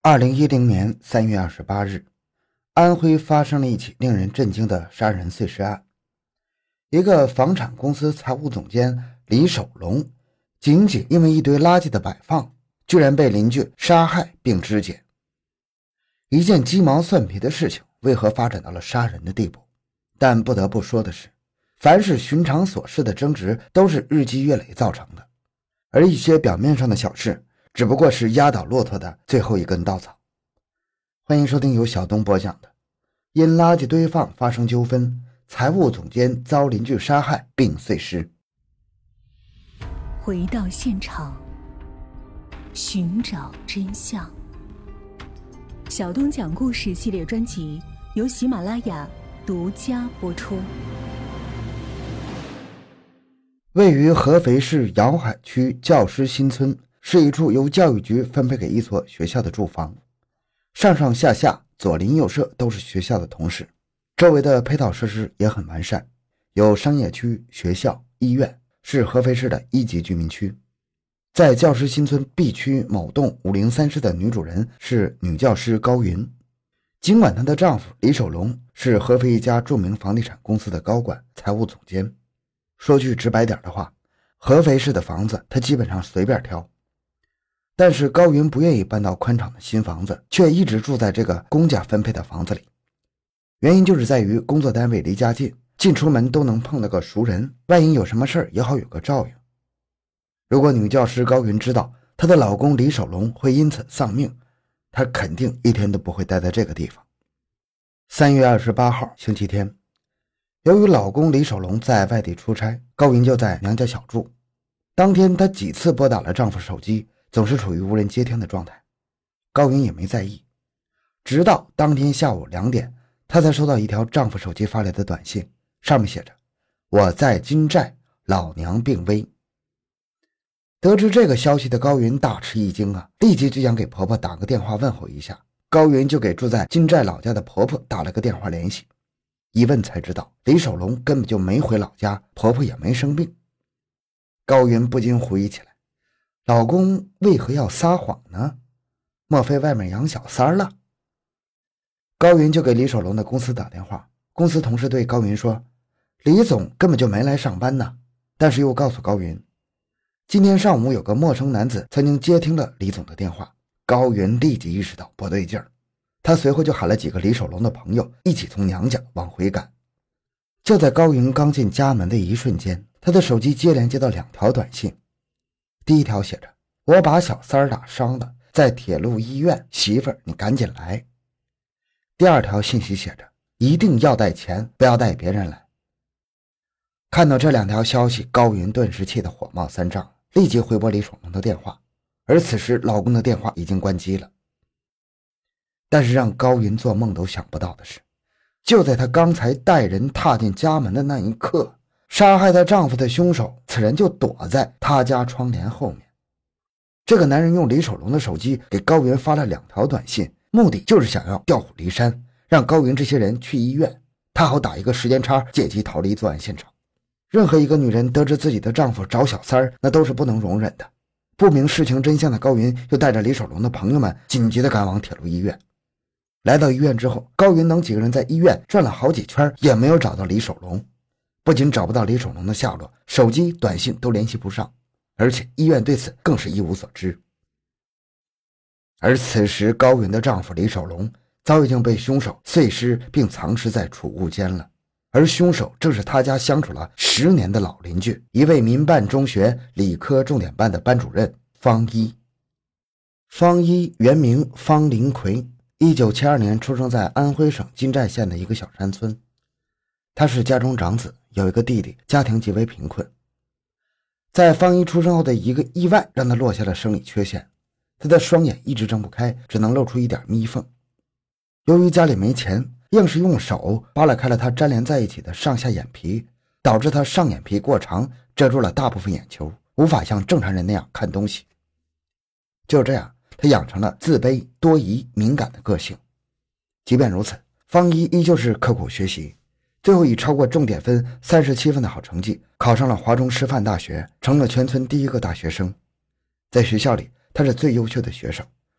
2010年3月28日，安徽发生了一起令人震惊的杀人碎尸案。一个房产公司财务总监李守龙，仅因为一堆垃圾的摆放，居然被邻居杀害并肢解。一件鸡毛蒜皮的事情，为何发展到了杀人的地步？但不得不说的是，凡是寻常琐事的争执都是日积月累造成的，而一些表面上的小事只不过是压倒骆驼的最后一根稻草。欢迎收听由小东播讲的因垃圾堆放发生纠纷，财务总监遭邻居杀害并碎尸。 回到现场，寻找真相。小东讲故事系列专辑由喜马拉雅独家播出。 位于合肥市瑶海区教师新村，是一处由教育局分配给一所学校的住房，上上下下左邻右舍都是学校的同事，周围的配套设施也很完善，有商业区、学校、医院，是合肥市的一级居民区。在教师新村 B 区某栋503室的女主人是女教师高云。尽管她的丈夫李守龙是合肥一家著名房地产公司的高管、财务总监，说句直白点的话，合肥市的房子她基本上随便挑。但是高云不愿意搬到宽敞的新房子，却一直住在这个公家分配的房子里。原因就是在于工作单位离家近，进出门都能碰到个熟人，万一有什么事儿也好有个照应。如果女教师高云知道她的老公李守龙会因此丧命，她肯定一天都不会待在这个地方。3月28号星期天，由于老公李守龙在外地出差，高云就在娘家小住。当天她几次拨打了丈夫手机，总是处于无人接听的状态，高云也没在意。直到当天下午2点，她才收到一条丈夫手机发来的短信，上面写着：我在金寨，老娘病危。得知这个消息的高云大吃一惊啊，立即就想给婆婆打个电话问候一下。高云就给住在金寨老家的婆婆打了个电话联系，一问才知道李守龙根本就没回老家，婆婆也没生病。高云不禁狐疑起来，老公为何要撒谎呢？莫非外面养小三了？高云就给李守龙的公司打电话，公司同事对高云说，李总根本就没来上班呢，但是又告诉高云，今天上午有个陌生男子曾经接听了李总的电话。高云立即意识到不对劲儿，他随后就喊了几个李守龙的朋友一起从娘家往回赶。就在高云刚进家门的一瞬间，他的手机接连接到2条短信。第一条写着，我把小三儿打伤了，在铁路医院，媳妇儿你赶紧来。第二条信息写着，一定要带钱，不要带别人来。看到这2条消息，高云顿时气得火冒三丈，立即回拨李守龙的电话，而此时老公的电话已经关机了。但是让高云做梦都想不到的是，就在她刚才带人踏进家门的那一刻，杀害她丈夫的凶手此人就躲在她家窗帘后面。这个男人用李守龙的手机给高云发了2条短信，目的就是想要调虎离山，让高云这些人去医院，他好打一个时间差，借机逃离作案现场。任何一个女人得知自己的丈夫找小三儿，那都是不能容忍的。不明事情真相的高云又带着李守龙的朋友们紧急地赶往铁路医院。来到医院之后，高云等几个人在医院转了好几圈，也没有找到李守龙。不仅找不到李守龙的下落，手机、短信都联系不上，而且医院对此更是一无所知。而此时高云的丈夫李守龙早已经被凶手碎尸并藏尸在储物间了，而凶手正是他家相处了10年的老邻居，一位民办中学理科重点班的班主任方一。方一原名方林奎，1972年出生在安徽省金寨县的一个小山村。他是家中长子，有一个弟弟，家庭极为贫困。在方一出生后的一个意外让他落下了生理缺陷，他的双眼一直睁不开，只能露出一点眯缝。由于家里没钱，硬是用手扒拉开了他粘连在一起的上下眼皮，导致他上眼皮过长，遮住了大部分眼球，无法像正常人那样看东西。就这样，他养成了自卑、多疑、敏感的个性。即便如此，方一依旧是刻苦学习，最后以超过重点分37分的好成绩考上了华中师范大学，成了全村第1个大学生。在学校里，他是最优秀的学生，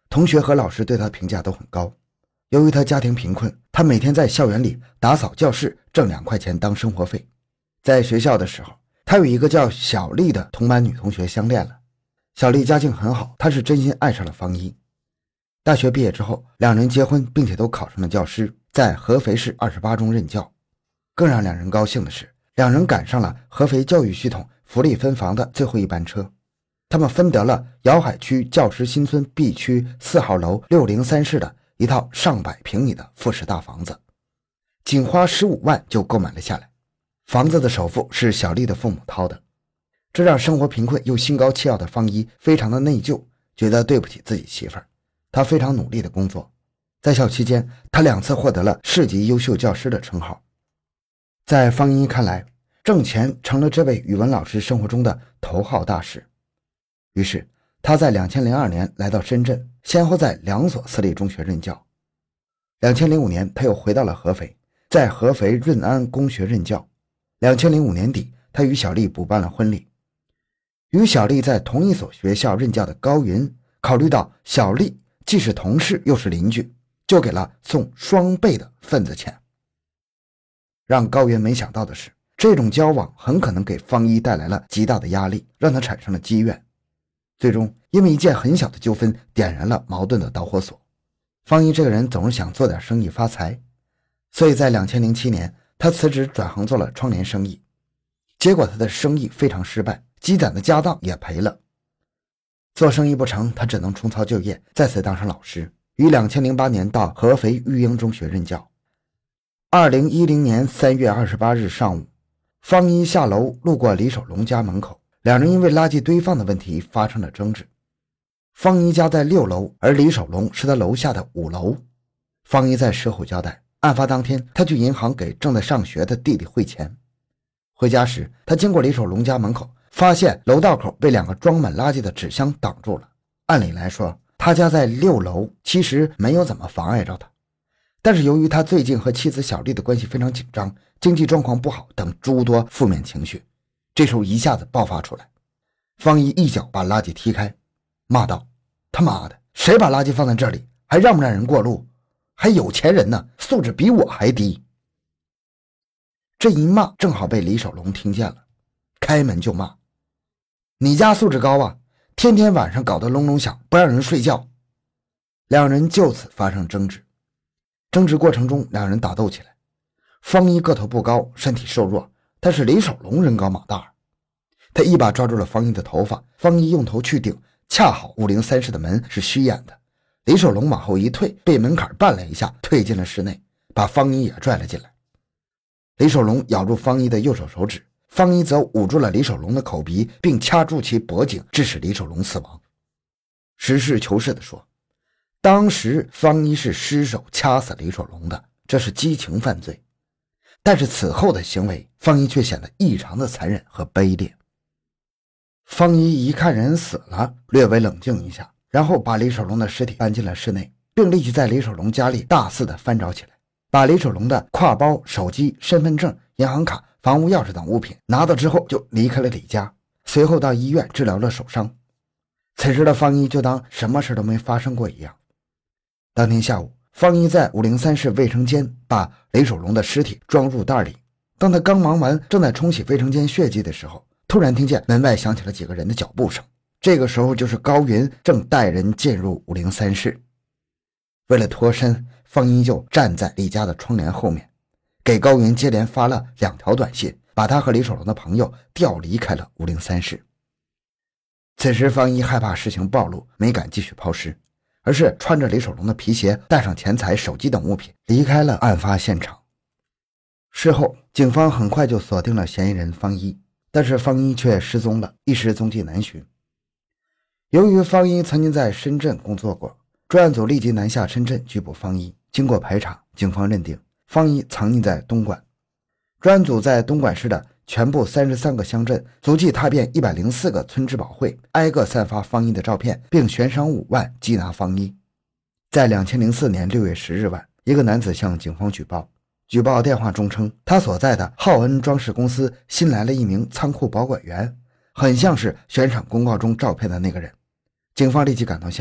同学和老师对他评价都很高。由于他家庭贫困，他每天在校园里打扫教室挣2块钱当生活费。在学校的时候，他与一个叫小丽的同班女同学相恋了。小丽家境很好，她是真心爱上了方一。大学毕业之后，两人结婚，并且都考上了教师，在合肥市28中任教。更让两人高兴的是，两人赶上了合肥教育系统福利分房的最后一班车，他们分得了瑶海区教师新村 B 区4号楼603室的一套上百平米的复式大房子，仅花15万就购买了下来。房子的首付是小丽的父母掏的，这让生活贫困又心高气傲的方一非常的内疚，觉得对不起自己媳妇儿。他非常努力的工作，在校期间他2次获得了市级优秀教师的称号。在方一看来，挣钱成了这位语文老师生活中的头号大事。于是他在2002年来到深圳，先后在2所私立中学任教。2005年他又回到了合肥，在合肥润安公学任教。2005年底，他与小丽补办了婚礼。与小丽在同一所学校任教的高云，考虑到小丽既是同事又是邻居，就给了送双倍的份子钱。让高云没想到的是，这种交往很可能给方一带来了极大的压力，让他产生了积怨。最终因为一件很小的纠纷点燃了矛盾的导火索。方一这个人总是想做点生意发财，所以在2007年他辞职转行做了窗帘生意。结果他的生意非常失败，积攒的家当也赔了。做生意不成，他只能重操旧业，再次当上老师，于2008年到合肥育英中学任教。2010年3月28日上午，方一下楼路过李守龙家门口，两人因为垃圾堆放的问题发生了争执。方一家在6楼，而李守龙是他楼下的5楼。方一在事后交代，案发当天他去银行给正在上学的弟弟汇钱。回家时，他经过李守龙家门口，发现楼道口被2个装满垃圾的纸箱挡住了。按理来说，他家在6楼，其实没有怎么妨碍着他。但是由于他最近和妻子小丽的关系非常紧张，经济状况不好等诸多负面情绪，这时候一下子爆发出来。方一一脚把垃圾踢开，骂道：他妈的，谁把垃圾放在这里，还让不让人过路？还有钱人呢，素质比我还低。这一骂正好被李守龙听见了，开门就骂：你家素质高啊，天天晚上搞得隆隆响，不让人睡觉。两人就此发生争执。争执过程中，两人打斗起来。方一个头不高，身体瘦弱，但是李守龙人高马大，他一把抓住了方一的头发，方一用头去顶，恰好503室的门是虚掩的，李守龙往后一退，被门槛绊了一下，退进了室内，把方一也拽了进来。李守龙咬住方一的右手手指，方一则捂住了李守龙的口鼻，并掐住其脖颈，致使李守龙死亡。实事求是地说，当时方一是失手掐死李守龙的，这是激情犯罪。但是此后的行为，方一却显得异常的残忍和卑劣。方一一看人死了，略微冷静一下，然后把李守龙的尸体搬进了室内，并立即在李守龙家里大肆的翻找起来，把李守龙的挎包、手机、身份证、银行卡、房屋钥匙等物品拿到之后就离开了李家，随后到医院治疗了手伤。此时的方一就当什么事都没发生过一样。当天下午，方一在503室卫生间把李守龙的尸体装入袋里，当他刚忙完，正在冲洗卫生间血迹的时候，突然听见门外响起了几个人的脚步声。这个时候就是高云正带人进入503室。为了脱身，方一就站在李家的窗帘后面，给高云接连发了2条短信，把他和李守龙的朋友调离开了503室。此时方一害怕事情暴露，没敢继续抛尸，而是穿着李守龙的皮鞋，带上钱财、手机等物品，离开了案发现场。事后，警方很快就锁定了嫌疑人方一，但是方一却失踪了，一时踪迹难寻。由于方一曾经在深圳工作过，专案组立即南下深圳拘捕方一。经过排查，警方认定方一藏匿在东莞。专案组在东莞市的全部33个乡镇足迹踏遍104个村支保会，挨个散发方一的照片，并悬赏5万缉拿方一。在2004年6月10日晚，一个男子向警方举报电话中称，他所在的浩恩装饰公司新来了一名仓库保管员，很像是悬赏公告中照片的那个人。警方立即赶到现场，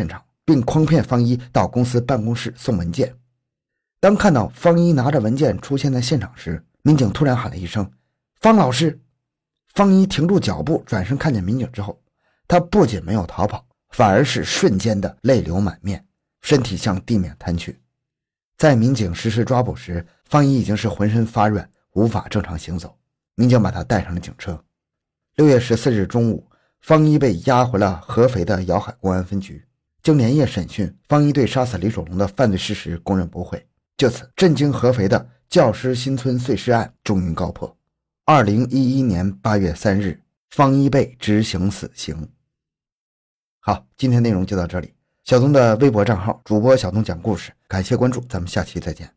并诓骗方一到公司办公室送文件。当看到方一拿着文件出现在现场时，民警突然喊了一声：“方老师！”方一停住脚步，转身看见民警之后，他不仅没有逃跑，反而是瞬间的泪流满面，身体向地面瘫去。在民警实施抓捕时，方一已经是浑身发软，无法正常行走。民警把他带上了警车。6月14日中午，方一被押回了合肥的瑶海公安分局。经连夜审讯，方一对杀死李守龙的犯罪事实供认不讳。就此，震惊合肥的教师新村碎尸案终于告破。2011年8月3日，方一被执行死刑。好，今天内容就到这里。小东的微博账号主播小东讲故事，感谢关注，咱们下期再见。